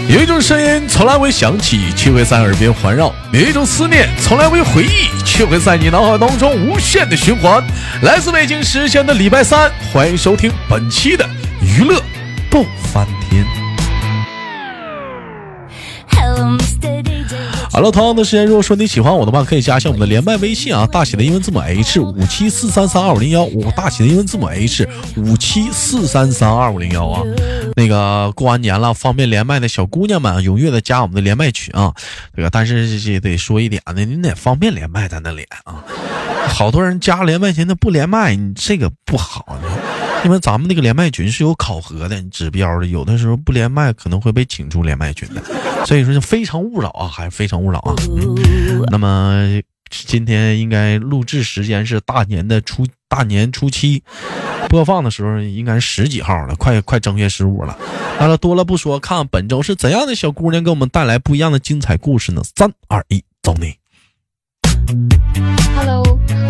有一种声音从来未响起，却会在耳边环绕；有一种思念从来未回忆，却会在你脑海当中无限的循环。来自北京时间的礼拜三，欢迎收听本期的娱乐逗翻天。好了，同样的时间，如果说你喜欢我的话，可以加一下我们的连麦微信啊，大写的英文字母 H57433501，大写的英文字母 H57433501啊。那个过完年了，方便连麦的小姑娘们踊跃的加我们的连麦群啊。这个但是这得说一点呢，你得方便连麦才能连啊。好多人加连麦群的不连麦，你这个不好呢。因为咱们那个连麦群是有考核的指标的，有的时候不连麦可能会被请出连麦群的，所以说是非诚勿扰啊，还是非诚勿扰啊。那么今天应该录制时间是大年初七，播放的时候应该是10几号了，快正月15了。好了，多了不说，看看本周是怎样的小姑娘给我们带来不一样的精彩故事呢？3、2、1，走你。 Hello，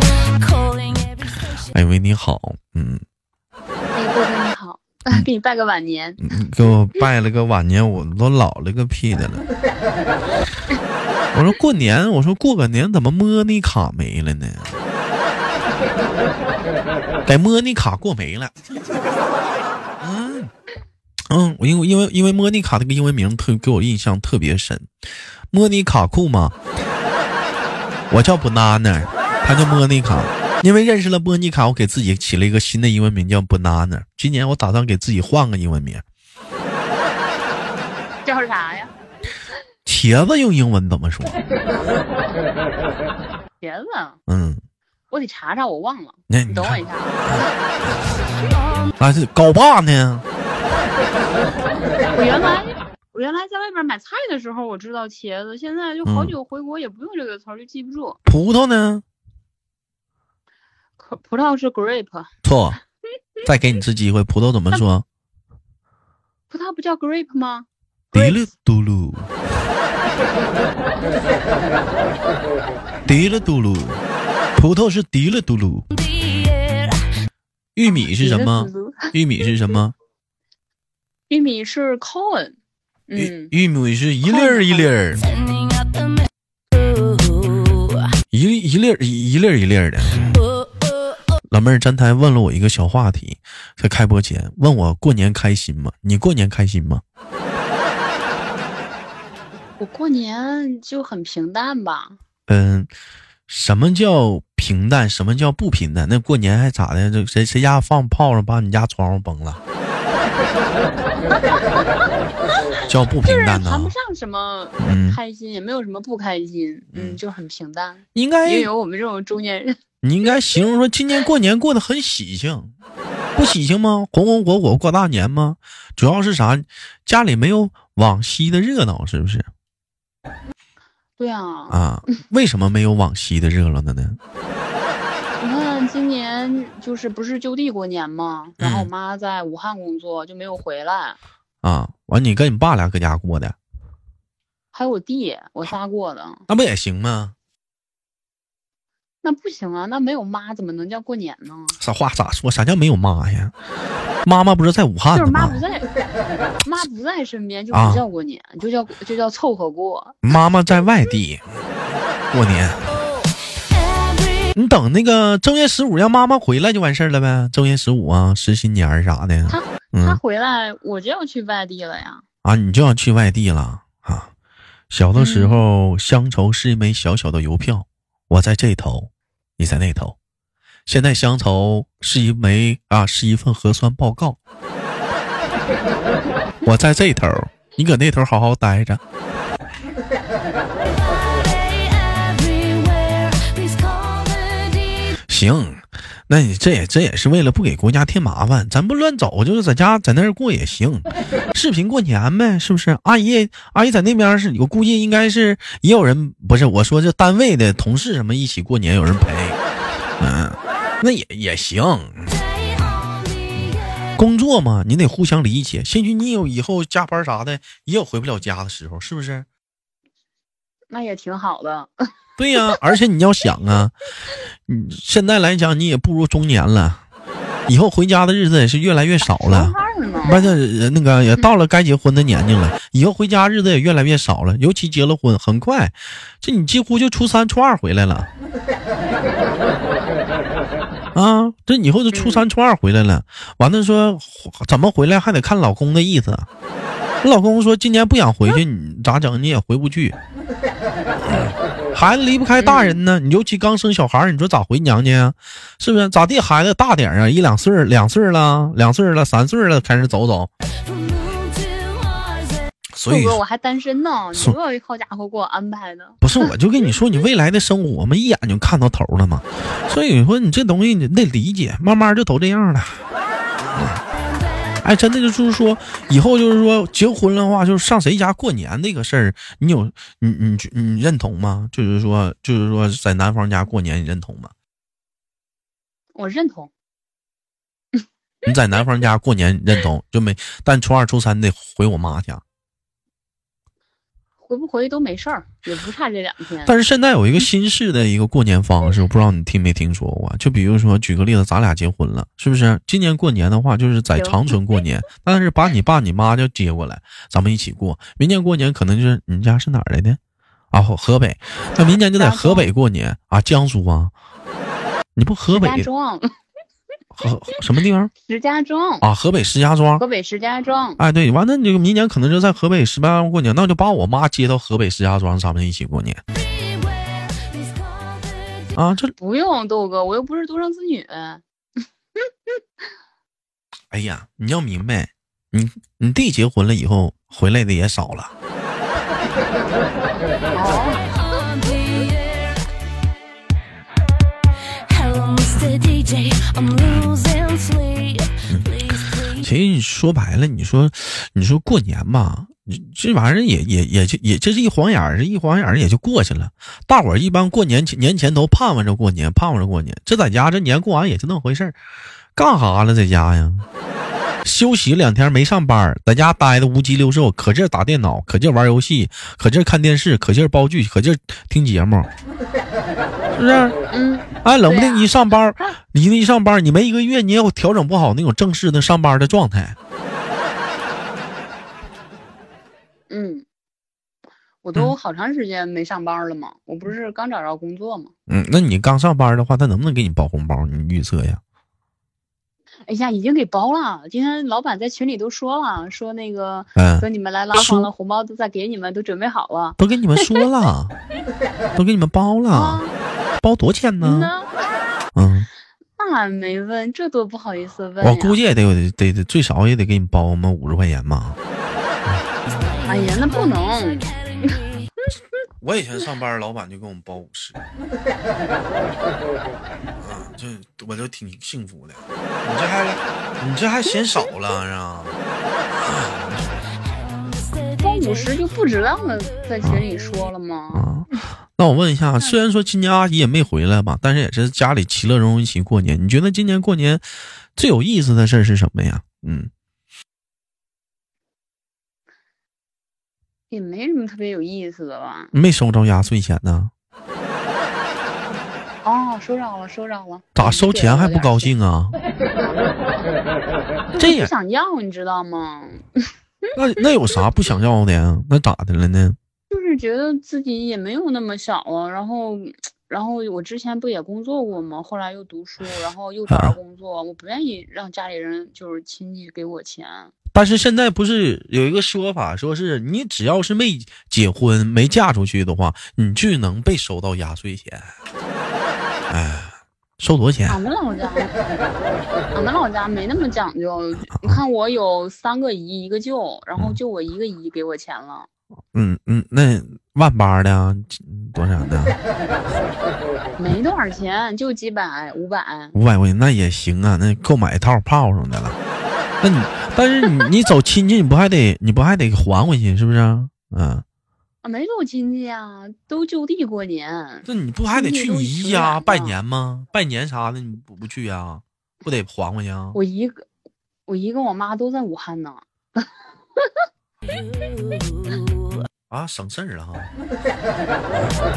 哎喂，你好， 波哥你好，给你拜个晚年。 给我拜了个晚年，我都老了个屁的了。我说过年，我说过个年怎么莫妮卡没了呢？给莫妮卡过没了。因为莫妮卡这个英文名给我印象特别深，莫妮卡库嘛。我叫 banana， 他叫莫妮卡。因为认识了莫妮卡，我给自己起了一个新的英文名叫 banana。今年我打算给自己换个英文名。 叫啥呀？ 茄子用英文怎么说？ 茄子。我得查查，我忘了。 你等我一下。 啊，这高爸呢？ 我原来在外边买菜的时候我知道茄子，现在就好久回国也不用这个词儿，就记不住。 葡萄呢？ 葡萄是 grape。 错，再给你次机会，葡萄怎么说？ 葡萄不叫 grape 吗？ 迪了嘟噜，迪了嘟噜，葡萄是迪了嘟噜。玉米是什么？玉米是什么？ 玉米是 corn。 玉米是一粒儿一粒儿，一粒儿的。老妹儿站台问了我一个小话题，在开播前问我过年开心吗？你过年开心吗？ 我过年就很平淡吧。 什么叫平淡？什么叫不平淡？那过年还咋的？这谁家放炮仗把你家窗户崩了？叫不平淡呢？ 谈不上什么开心，也没有什么不开心，就很平淡。 应该也有我们这种中年人。 你应该形容说今年过年过得很喜庆，不喜庆吗？红红火火过大年吗？主要是啥？家里没有往昔的热闹，是不是？ 对啊。 啊，为什么没有往昔的热闹的呢？ 你看今年就是不是就地过年吗？然后我妈在武汉工作，就没有回来。 啊，完你跟你爸俩搁家过的？ 还有我弟，我仨过的。 那不也行吗？ 那不行啊，那没有妈怎么能叫过年呢？ 啥话咋说？啥叫没有妈呀？妈妈不是在武汉就是吗？ 妈不在身边，就不叫过年，就叫凑合过。 妈妈在外地过年。你等那个正月15让妈妈回来就完事儿了呗。正月15啊，实新年啥的。 他回来我就要去外地了呀。 啊，你就要去外地了啊？小的时候，乡愁是一枚小小的邮票，我在这头，你在那头。现在乡愁是一份核酸报告，我在这头，你搁那头好好待着。行，那你这也是为了不给国家添麻烦，咱不乱走，就是在家在那儿过也行，视频过年呗，是不是？阿姨在那边是，我估计应该是也有人，不是我说这单位的同事什么一起过年，有人陪，那也行。工作嘛，你得互相理解，兴许你有以后加班啥的，也有回不了家的时候，是不是？ 那也挺好的。 对呀，而且你要想啊，现在来讲你也步入中年了， 以后回家的日子也是越来越少了。不是那个也到了该结婚的年纪了，以后回家日子也越来越少了。尤其结了婚，很快，这你几乎就初3、初2回来了。啊，这以后就初3、初2回来了。完了说怎么回来还得看老公的意思。老公说今年不想回去，你咋整？你也回不去。孩子离不开大人呢，你尤其刚生小孩，你说咋回娘家啊？是不是？咋地？孩子大点啊，1、2岁，2岁了，2岁了，3岁了，开始走走。所以我还单身呢，你这好家伙给我安排的。 不是，我就跟你说，你未来的生活，我们一眼就看到头了嘛。所以说你这东西你得理解，慢慢就都这样了。哎，真的就是说，以后就是说结婚的话，就是上谁家过年这个事儿，你认同吗？就是说在男方家过年，你认同吗？ 我认同。 你在男方家过年认同，就没，但初2、初3得回我妈家。 回不回都没事儿，也不差这2天。 但是现在有一个新式的一个过年方式，我不知道你听没听说过。就比如说，举个例子，咱俩结婚了，是不是？今年过年的话，就是在长春过年，但是把你爸你妈就接过来，咱们一起过。明年过年可能就是你家是哪儿来的？啊，河北。那明年就在河北过年啊，江苏啊？你不河北？什么地方？ 石家庄啊，河北石家庄。 河北石家庄。 哎，对，完了，你明年可能就在河北石家庄过年，那就把我妈接到河北石家庄，咱们一起过年。啊，这不用豆哥，我又不是独生子女。 哎呀，你要明白，你弟结婚了以后回来的也少了。其实你说白了，你说过年吧，这玩意儿也这是一晃眼儿，也就过去了。大伙儿一般过年前都盼望着过年，这在家这年过完也就那么回事儿。干哈了在家呀？休息2天没上班，在家待的无鸡六兽，可劲儿打电脑，可劲儿玩游戏，可劲儿看电视，可劲儿煲剧，可劲儿听节目，是不是？哎，冷不丁一上班，你没1个月，你也调整不好那种正式的上班的状态。 我都好长时间没上班了嘛，我不是刚找着工作吗？ 那你刚上班的话，他能不能给你包红包？你预测呀？ 哎呀，已经给包了。今天老板在群里都说了，说那个等你们来拉房了，红包都在给你们，都准备好了， 都给你们说了，都给你们包了，包多少钱呢？ 那没问，这多不好意思问。 我估计也得最少也得给你包我们50块钱吧。 哎呀，那不能。 我以前上班，老板就给我们包50。这我就挺幸福的。你这还嫌少了是吧？ 包50就不知道了，在群里说了吗？ 那我问一下，虽然说今年阿姨也没回来吧，但是也是家里其乐融融一起过年。你觉得今年过年最有意思的事是什么呀？ 也没什么特别有意思的吧。 没收着压岁钱呢？ 收着了。 咋收钱还不高兴啊？这也不想要，你知道吗？ 那有啥不想要的呀？那咋的了呢？ 就是觉得自己也没有那么小了，然后我之前不也工作过吗？后来又读书，然后又找着工作，我不愿意让家里人就是亲戚给我钱。 但是现在不是有一个说法，说是你只要是没结婚没嫁出去的话，你就能被收到压岁钱。哎，收多少钱？ 俺们老家没那么讲究。你看我有3个姨1个舅，然后就我1个姨给我钱了。 那18000的多少的？ 没多少钱，就几百500 块钱，那也行啊，那够买一套炮上的了。但是你走亲戚，你不还得还回去，是不是？ 没走亲戚啊，都就地过年。 那你不还得去你姨家拜年吗？拜年啥的你不去啊？不得还回去啊？我姨跟我妈都在武汉呢。 省事儿了哈。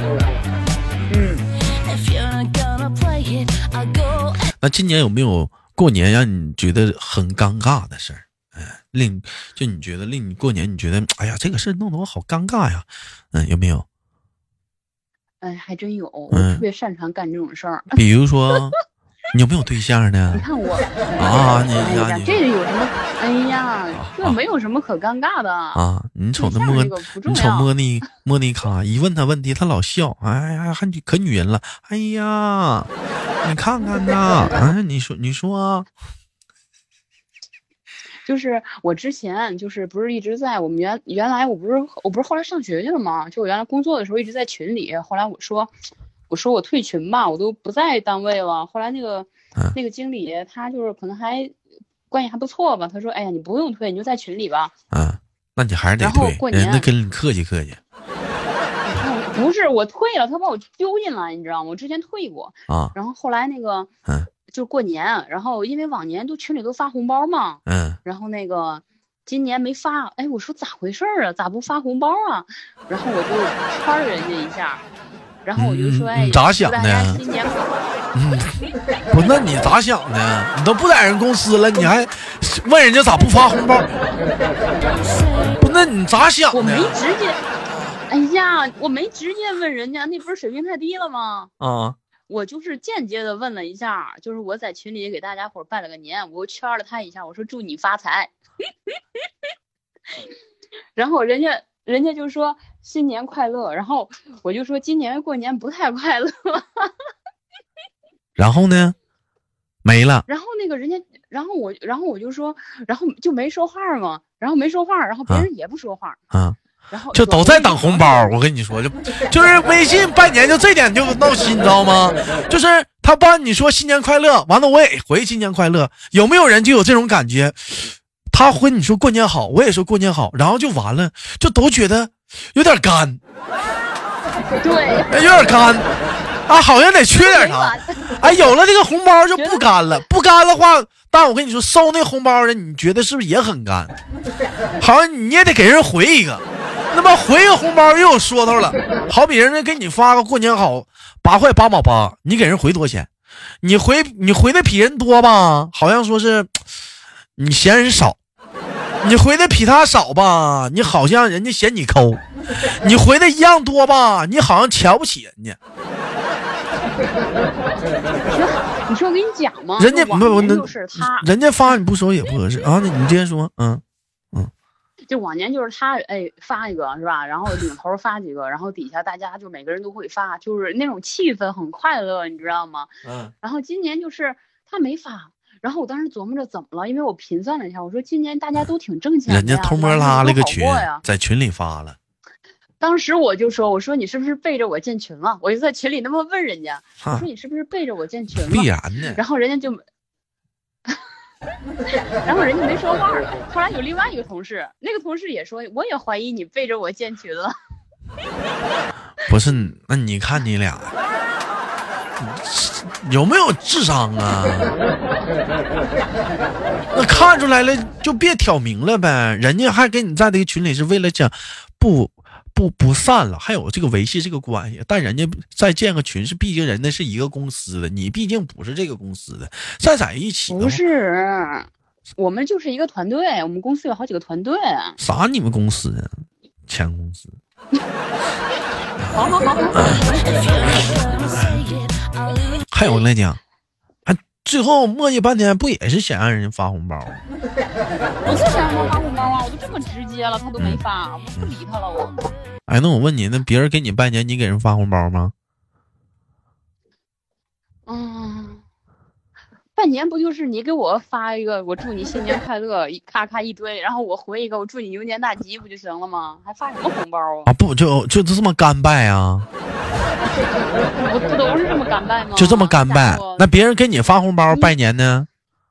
那今年有没有过年让你觉得很尴尬的事儿，你觉得令你过年你觉得，哎呀，这个事儿弄得我好尴尬呀，有没有？ 哎，还真有，我特别擅长干这种事儿。 比如说，你有没有对象呢？ 你看我啊，你这有什么？哎呀，这没有什么可尴尬的啊！你瞅他莫妮卡，一问他问题，他老笑，哎呀，还可女人了，哎呀，你看看呐，哎，你说啊。 就是我之前就是不是一直在我们原来我不是后来上学去了吗？就我原来工作的时候一直在群里，后来我说我退群吧，我都不在单位了。后来那个经理他就是可能还关系还不错吧，他说哎呀你不用退，你就在群里吧。 那你还是得退。然后过年那跟你客气客气。 不是我退了，他把我丢进来，你知道吗？我之前退过啊。 然后后来那个就过年，然后因为往年群里都发红包嘛，然后那个今年没发，哎，我说咋回事啊？咋不发红包啊？然后我就圈人家一下，然后我就说，哎， 你咋想的？ 新年不，那你咋想的？你都不在人公司了，你还问人家咋不发红包？不，那你咋想的？ 我没直接，哎呀，我没直接问人家，那不是水平太低了吗？ 啊。 我就是间接的问了一下，就是我在群里给大家伙拜了个年，我圈了他一下，我说祝你发财，然后人家就说新年快乐，然后我就说今年过年不太快乐， 然后呢，没了， 然后那个人家，然后我就说，然后就没说话嘛，然后没说话，然后别人也不说话啊。 然后就都在等红包，我跟你说，就是微信拜年就这点就闹心，你知道吗？就是他帮你说新年快乐，完了我也回新年快乐，有没有人就有这种感觉？他回你说过年好，我也说过年好，然后就完了，就都觉得有点干， 对， 有点干啊，好像得缺点啥。哎，有了这个红包就不干了，不干的话，但我跟你说，收那红包的，你觉得是不是也很干？好像你也得给人回一个。那么回个红包又有说头了，好比人家给你发个过年好8块8毛8，你给人回多少钱？你回的比人多吧，好像说是你嫌人少；你回的比他少吧，你好像人家嫌你抠；你回的一样多吧，你好像瞧不起人家。 你说我跟你讲吗？ 人家不就是他， 人家发你不收也不合适啊。你接着说， 就往年就是他发一个是吧，然后领头发几个，然后底下大家就每个人都会发，就是那种气氛很快乐，你知道吗？然后今年就是他没发，然后我当时琢磨着怎么了，因为我频算了一下，我说今年大家都挺挣钱的呀， 人家偷摸拉了个群，在群里发了。 当时我就说，我说你是不是背着我进群了？我就在群里那么问人家，我说你是不是背着我进群了？ 必然的。 然后人家就。然后人家没说话了。后来有另外一个同事，那个同事也说，我也怀疑你背着我建群了。 不是，那你看你俩有没有智商啊？那看出来了就别挑明了呗。人家还跟你在这个群里是为了讲不散了，还有这个维系这个关系，但人家再建个群是毕竟人家是一个公司的，你毕竟不是这个公司的，再在一起不是，我们就是一个团队，我们公司有好几个团队。 啥你们公司啊？前公司。 好。 还有来讲，最后磨叽半天不也是想让人发红包吗？ 我就想让他发红包啊，我都这么直接了，他都没发，我不理他了我。 哎，那我问你，那别人给你拜年，你给人发红包吗？ 拜年不就是你给我发一个我祝你新年快乐，咔咔一堆，然后我回一个我祝你牛年大吉不就行了吗？还发什么红包啊？ 不就这么干拜啊？ 不都是这么干拜吗？ 就这么干拜。那别人给你发红包拜年呢？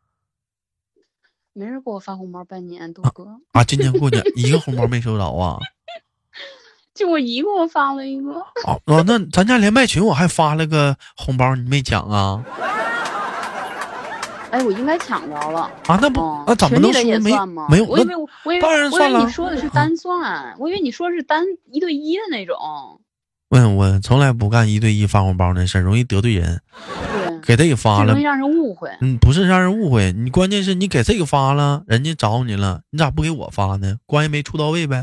没人给我发红包拜年，豆哥啊！今年过年一个红包没收着啊？ 就我一个，我发了一个。 那咱家连麦群我还发了个红包，你没讲啊？ 哎，我应该抢着了啊！那不那怎么能说没有？ 我以为当然算了。 我以为你说的是单算，我以为你说是单1对1的那种。 我从来不干1对1发红包那事儿，容易得罪人。 对， 给这个发了， 容易让人误会。 不是让人误会，你关键是你给这个发了，人家找你了，你咋不给我发呢？关系没处到位呗。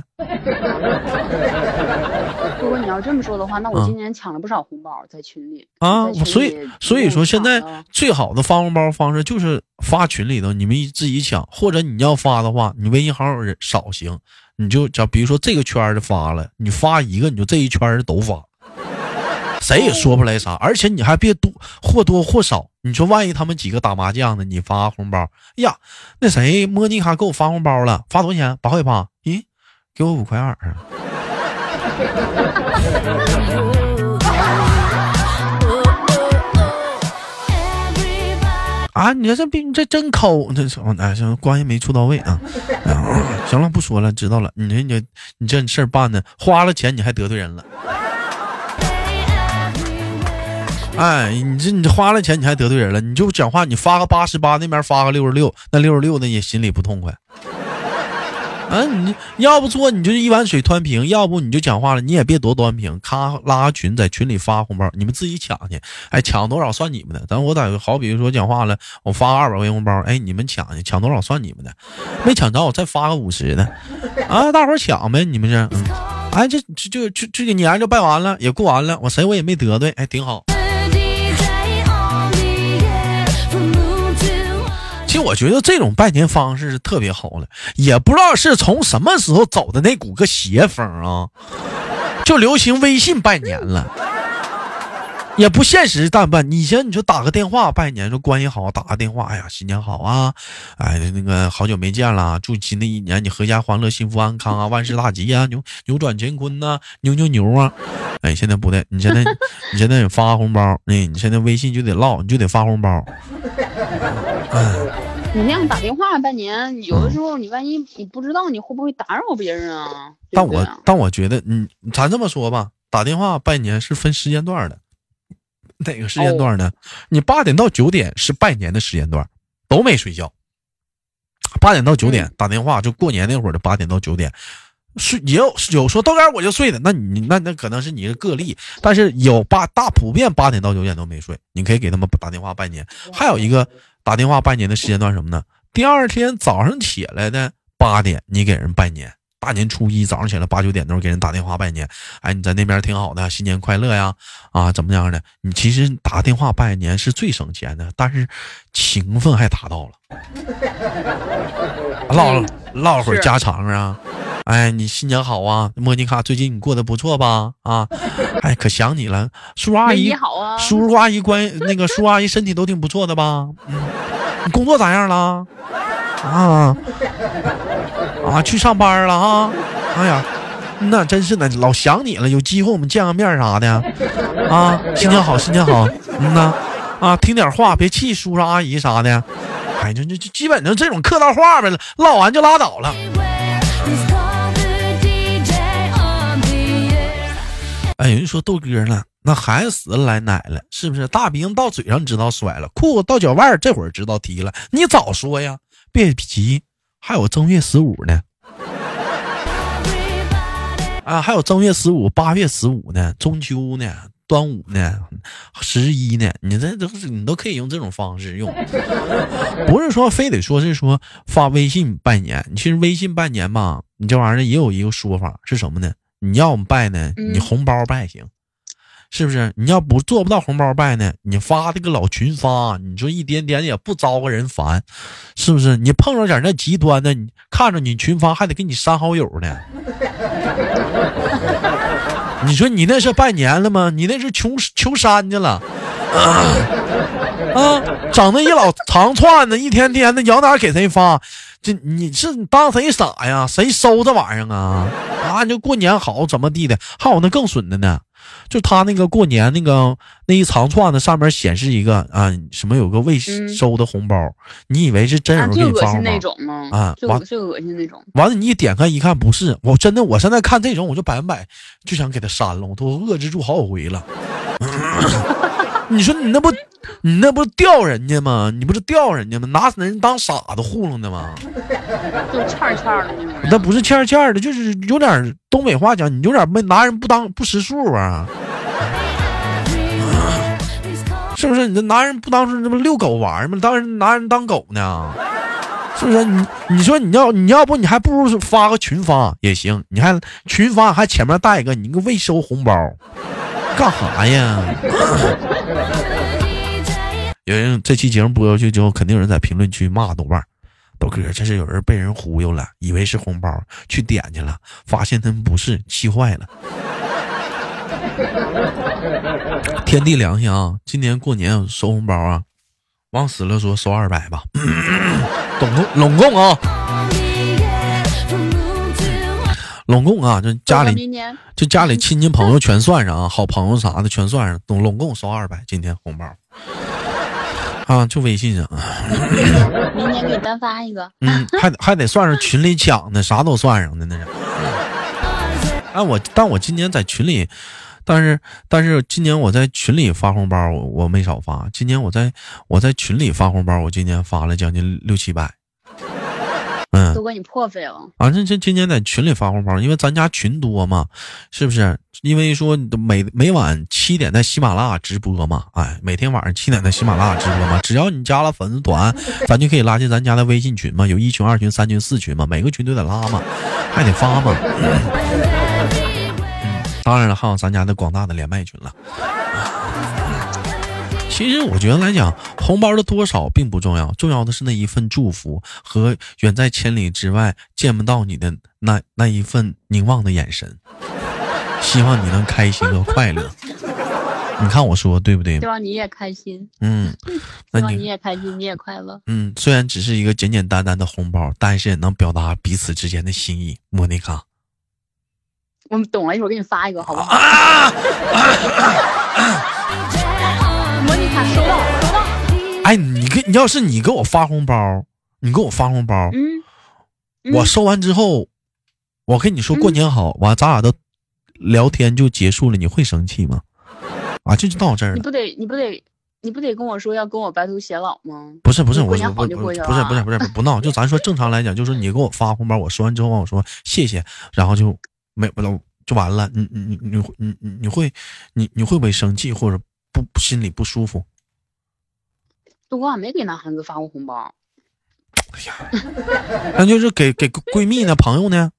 如果你要这么说的话，那我今年抢了不少红包在群里啊，所以说现在最好的发红包方式就是发群里头，你们自己抢，或者你要发的话，你微信好友人少行，你就比如说这个圈的发了，你发一个，你就这一圈的都发，谁也说不来啥，而且你还别多或少，你说万一他们几个打麻将呢，你发红包，哎呀，那谁莫妮卡给我发红包了，发多少钱？8块8，咦，给我5块2啊。啊！你说这真抠，这关系没处到位啊！行了，不说了，知道了。你这事儿办的，花了钱你还得罪人了。哎，你花了钱你还得罪人了，你就讲话，你发个88，那边发个66，那66的也心里不痛快。啊，你要不做你就一碗水端平，要不你就讲话了，你也别多端平，咔拉群，在群里发红包，你们自己抢去，哎，抢多少算你们的。咱我好比说讲话了，我发个200块红包，哎，你们抢去，抢多少算你们的，没抢着我再发个50的，啊，大伙儿抢呗，你们这，哎，这个年就拜完了，也过完了，我也没得罪，哎，挺好。其实我觉得这种拜年方式是特别好的，也不知道是从什么时候走的那股个邪风啊，就流行微信拜年了，也不现实。但办以前你就打个电话拜年，说关系好，打个电话，哎呀新年好啊，哎那个好久没见了，祝新的一年你阖家欢乐幸福安康啊，万事大吉啊，扭转乾坤呐，牛啊。哎，现在不对，你现在你发红包，你现在微信就得唠，你就得发红包。 你那样打电话拜年，有的时候你万一你不知道，你会不会打扰别人啊？ 但我觉得，咱这么说吧，打电话拜年是分时间段的，哪个时间段呢？你8点到9点是拜年的时间段，都没睡觉。8点到9点打电话，就过年那会儿的8点到9点。也有说到点我就睡的，那可能是你的个例，但是有大普遍8点到9点都没睡，你可以给他们打电话拜年。还有一个打电话拜年的时间段什么呢？第二天早上起来的8点，你给人拜年，大年初一早上起来8、9点钟给人打电话拜年，哎，你在那边挺好的，新年快乐呀，啊，怎么样的？你其实打电话拜年是最省钱的，但是情分还达到了，唠会儿家常啊。哎，你新年好啊，莫妮卡，最近你过得不错吧？啊，哎，可想你了，叔叔阿姨好啊，叔叔阿姨叔叔阿姨身体都挺不错的吧？你工作咋样了？啊，去上班了啊？哎呀，那真是的，老想你了，有机会我们见个面啥的啊？新年好，新年好，啊，听点话，别气叔叔阿姨啥的。哎，就基本上这种客套话呗，唠完就拉倒了。哎，有人说豆哥呢，那孩子死了来奶了，是不是？大鼻子到嘴上知道甩了，裤子到脚腕这会儿知道提了，你早说呀，别急。还有正月15呢，啊，还有正月15、8月15呢，中秋呢，端午呢，11呢，你都可以用这种方式用，不是说非得说是说发微信拜年。其实微信拜年嘛，你这玩意儿也有一个说法是什么呢？你要拜呢，你红包拜行，是不是？你要不做不到红包拜呢，你发这个老群发，你说一点点也不招个人烦，是不是？你碰着点那极端的，你看着你群发还得给你删好友呢。你说你那是拜年了吗？你那是求山去了啊！整那一老长串的，一天天的，摇哪给谁发？这你是当谁傻呀？谁收这玩意儿啊？啊，就过年好怎么地的？还有那更损的呢，就他那个过年那一长串的上面显示一个啊什么有个未收的红包，你以为是真人给你发红包那种吗？ 啊， 最恶心那种。 完了你一点开一看不是，我现在看这种我就100%就想给他删了，我都遏制住好几回了。你说你那不吊人家吗？你不是吊人家吗？拿人当傻子糊弄的吗？ 就欠的那种。 那不是欠的，就是有点东北话讲，你有点没拿人不识数啊。 是不是？你这男人不当是这么遛狗玩吗？当然拿人当狗呢，是不是？你说你要不你还不如发个群发也行，你还群发还前面带一个你个未收红包，干啥呀？有人这期节目播出去之后，肯定有人在评论区骂豆瓣。豆哥，这是有人被人忽悠了，以为是红包，去点去了，发现他们不是，气坏了。天地良心啊，今年过年收红包啊，往死了说收200吧，拢共啊，拢共啊，就家里亲戚朋友全算上啊，好朋友啥的全算上，拢共收200，今天红包。啊，就微信上， 明年给你单发一个。 还得算上群里抢的，啥都算上的那是。但我今年在群里，但是今年我在群里发红包，我没少发。今年我在群里发红包，我今年发了将近600-700。 都给你破费了啊！这今年在群里发红包，因为咱家群多嘛，是不是？因为说每晚7点在喜马拉雅直播嘛，哎，每天晚上7点在喜马拉雅直播嘛，只要你加了粉丝团，咱就可以拉进咱家的微信群嘛，有1群、2群、3群、4群嘛，每个群都得拉嘛，还得发嘛。当然了，还有咱家的广大的连麦群了。其实我觉得来讲，红包的多少并不重要，重要的是那一份祝福和远在千里之外见不到你的那一份凝望的眼神。希望你能开心和快乐。你看我说对不对？ 希望你也开心。 那希望你也开心，你也快乐。 虽然只是一个简简单单的红包，但是也能表达彼此之间的心意。莫妮卡， 我们懂了，一会儿给你发一个，好不好？莫妮卡收到。 哎，你要是你给我发红包，我收完之后，我跟你说过年好，完咱俩都聊天就结束了，你会生气吗？啊，这就到这儿了。 你不得跟我说要跟我白头偕老吗？ 不是，我不闹，就咱说正常来讲，就是你给我发红包，我说完之后我说谢谢，然后就就完了。你会不会生气或者不心里不舒服？ 我还没给男孩子发过红包。 哎呀，那就是给闺蜜呢，朋友呢？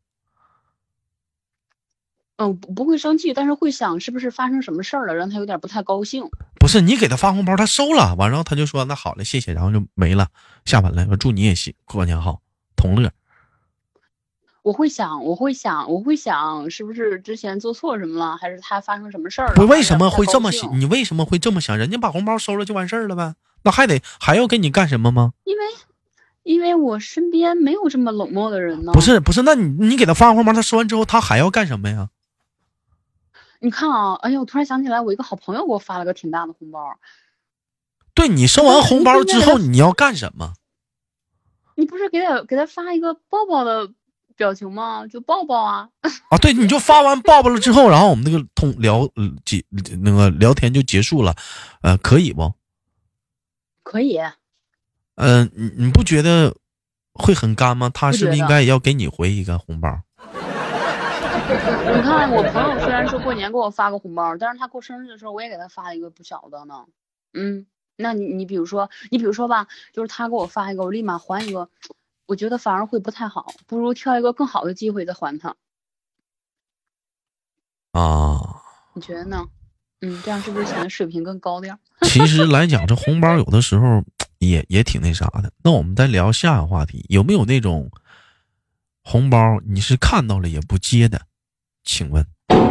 不会生气，但是会想是不是发生什么事儿了，让他有点不太高兴。 不是，你给他发红包，他收了，完然后他就说那好了，谢谢，然后就没了，下班了。我祝你也过年好，同乐。 我会想，是不是之前做错什么了，还是他发生什么事儿了？ 不，为什么会这么想？你为什么会这么想？人家把红包收了就完事儿了呗，那还要跟你干什么吗？ 因为我身边没有这么冷漠的人呢。 不是，那你给他发红包，他收完之后他还要干什么呀？ 你看啊，哎呀，我突然想起来，我一个好朋友给我发了个挺大的红包。 对，你收完红包之后你要干什么？ 你不是给他发一个抱抱的表情吗？就抱抱啊！ 啊，对，你就发完抱抱了之后，然后我们那个聊天就结束了，可以不？ 可以。 你不觉得会很干吗？他是不是应该也要给你回一个红包？ 你看，我朋友虽然说过年给我发个红包，但是他过生日的时候我也给他发了一个不小的呢。那你比如说吧，就是他给我发一个，我立马还一个，我觉得反而会不太好，不如挑一个更好的机会再还他。 啊， 你觉得呢？这样是不是显得水平更高点？ 其实来讲，这红包有的时候也挺那啥的。那我们再聊下个话题，有没有那种红包你是看到了也不接的？请问？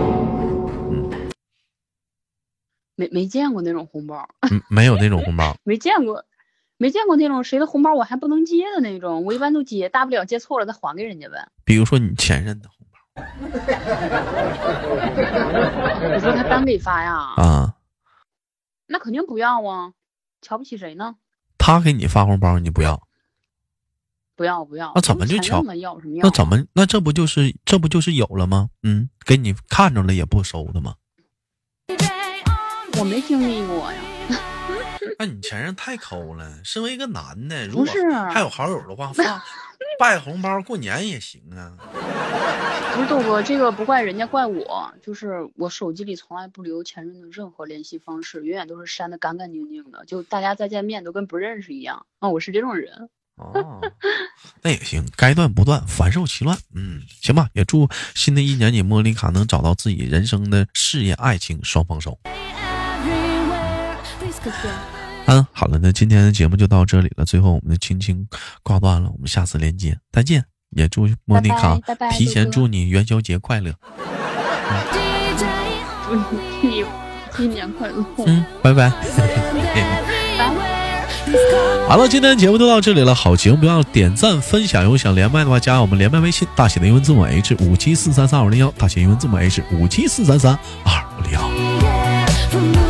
没见过那种红包。 没有那种红包。 没见过那种谁的红包我还不能接的那种，我一般都接，大不了接错了再还给人家呗。 比如说你前任的红包。 你说他单给发呀？ 啊， 那肯定不要啊，瞧不起谁呢？ 他给你发红包你不要？ 不要。 那怎么就瞧？ 要什么要？ 那怎么？那这不就是有了吗？给你看着了也不收的吗？ 我没经历过呀。 那你前任太抠了。身为一个男的，如果啊还有好友的话，拜红包过年也行啊。 不是豆哥，这个不怪人家，怪我。就是我手机里从来不留前任的任何联系方式，永远都是删得干干净净的，就大家再见面都跟不认识一样啊！我是这种人。 哦，那也行，该断不断，凡受其乱。行吧，也祝新的一年你莫妮卡能找到自己人生的事业、爱情双丰收。好了，那今天的节目就到这里了。最后我们的轻轻挂断了，我们下次连接再见。也祝莫妮卡拜拜， 提前祝你元宵节快乐。 祝你新年快乐。 拜拜。好了，今天的节目就到这里了。好节目不要点赞分享，有想连麦的话加我们连麦微信，大写的英文字母 H57433201，大写英文字母 H57433201。